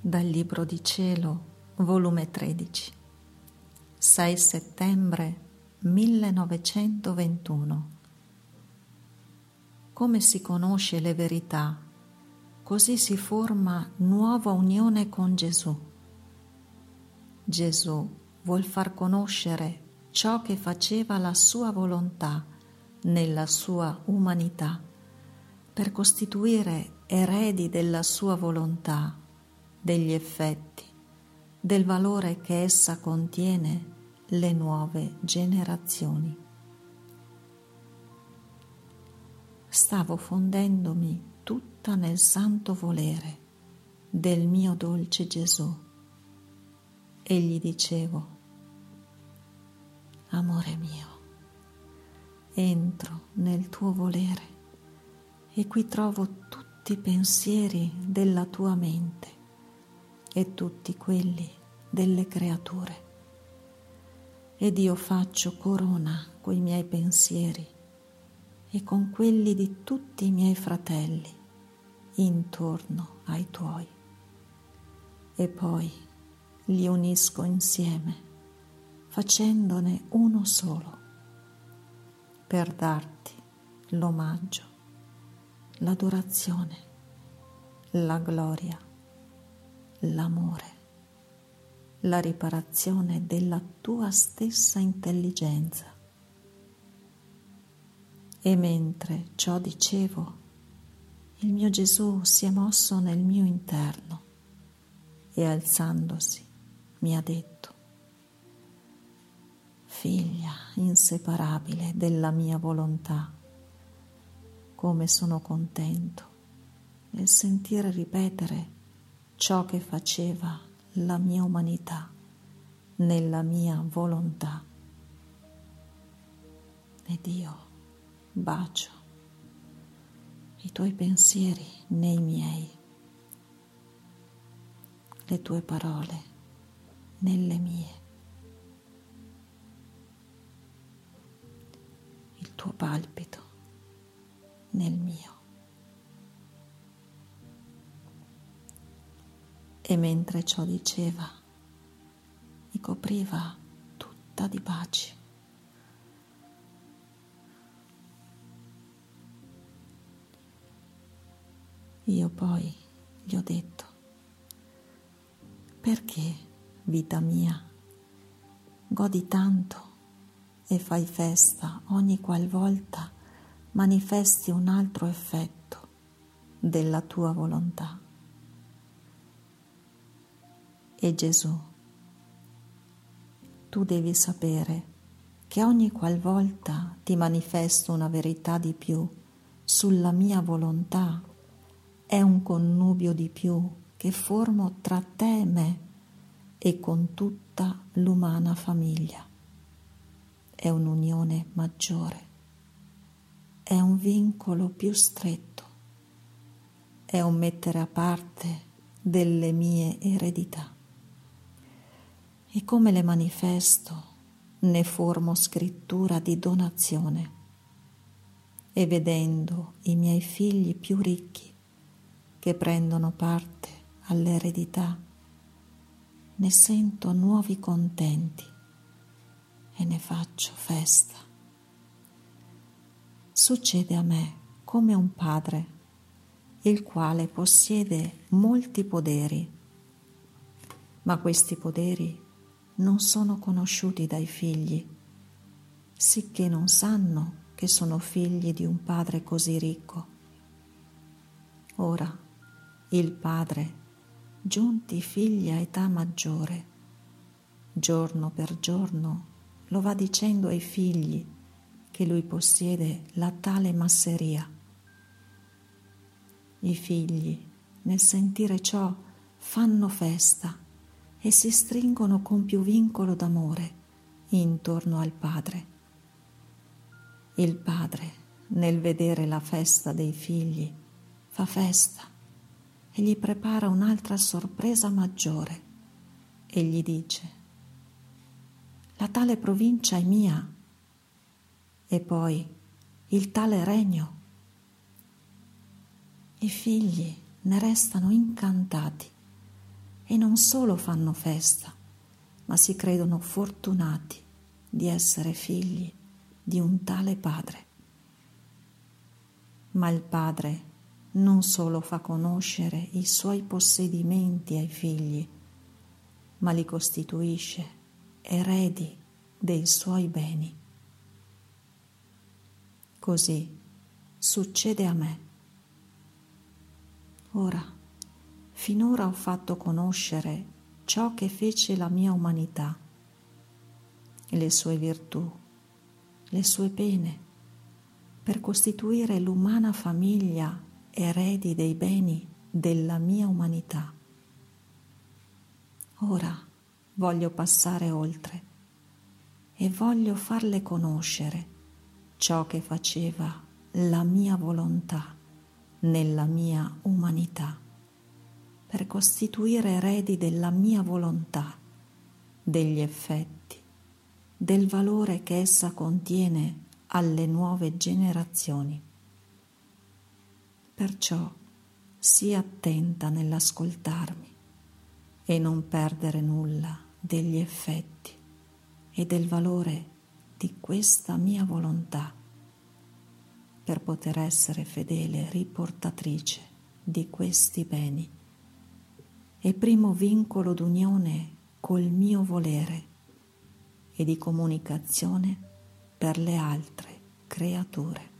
Dal Libro di Cielo, volume 13, 6 settembre 1921. Come si conosce le verità, così si forma nuova unione con Gesù. Gesù vuol far conoscere ciò che faceva la sua volontà nella sua umanità, per costituire eredi della sua volontà, degli effetti, del valore che essa contiene, le nuove generazioni. Stavo fondendomi tutta nel santo volere del mio dolce Gesù e gli dicevo: amore mio, entro nel tuo volere e qui trovo tutti i pensieri della tua mente e tutti quelli delle creature, ed io faccio corona coi miei pensieri e con quelli di tutti i miei fratelli intorno ai tuoi, e poi li unisco insieme facendone uno solo, per darti l'omaggio, l'adorazione, la gloria, l'amore, la riparazione della tua stessa intelligenza. E mentre ciò dicevo, il mio Gesù si è mosso nel mio interno e alzandosi mi ha detto: figlia inseparabile della mia volontà, come sono contento nel sentire ripetere ciò che faceva la mia umanità nella mia volontà. Ed io bacio i tuoi pensieri nei miei, le tue parole nelle mie, il tuo palpito nel mio. E mentre ciò diceva, mi copriva tutta di baci. Io poi gli ho detto: perché, vita mia, godi tanto e fai festa ogni qualvolta manifesti un altro effetto della tua volontà? E Gesù: tu devi sapere che ogni qualvolta ti manifesto una verità di più sulla mia volontà, è un connubio di più che formo tra te e me e con tutta l'umana famiglia. È un'unione maggiore, è un vincolo più stretto, è un mettere a parte delle mie eredità. E come le manifesto, ne formo scrittura di donazione, e vedendo i miei figli più ricchi che prendono parte all'eredità, ne sento nuovi contenti e ne faccio festa. Succede a me come un padre, il quale possiede molti poderi, ma questi poderi non sono conosciuti dai figli, sicché non sanno che sono figli di un padre così ricco. Ora il padre, giunti i figli a età maggiore, giorno per giorno lo va dicendo ai figli che lui possiede la tale masseria. I figli, nel sentire ciò, fanno festa e si stringono con più vincolo d'amore intorno al padre. Il padre, nel vedere la festa dei figli, fa festa e gli prepara un'altra sorpresa maggiore e gli dice: la tale provincia è mia, e poi il tale regno. I figli ne restano incantati e non solo fanno festa, ma si credono fortunati di essere figli di un tale Padre. Ma il Padre non solo fa conoscere i suoi possedimenti ai figli, ma li costituisce eredi dei suoi beni. Così succede a me. Ora, finora ho fatto conoscere ciò che fece la mia umanità, le sue virtù, le sue pene, per costituire l'umana famiglia eredi dei beni della mia umanità. Ora voglio passare oltre e voglio farle conoscere ciò che faceva la mia volontà nella mia umanità, per costituire eredi della mia volontà, degli effetti, del valore che essa contiene alle nuove generazioni. Perciò sii attenta nell'ascoltarmi e non perdere nulla degli effetti e del valore di questa mia volontà, per poter essere fedele riportatrice di questi beni e primo vincolo d'unione col mio volere e di comunicazione per le altre creature.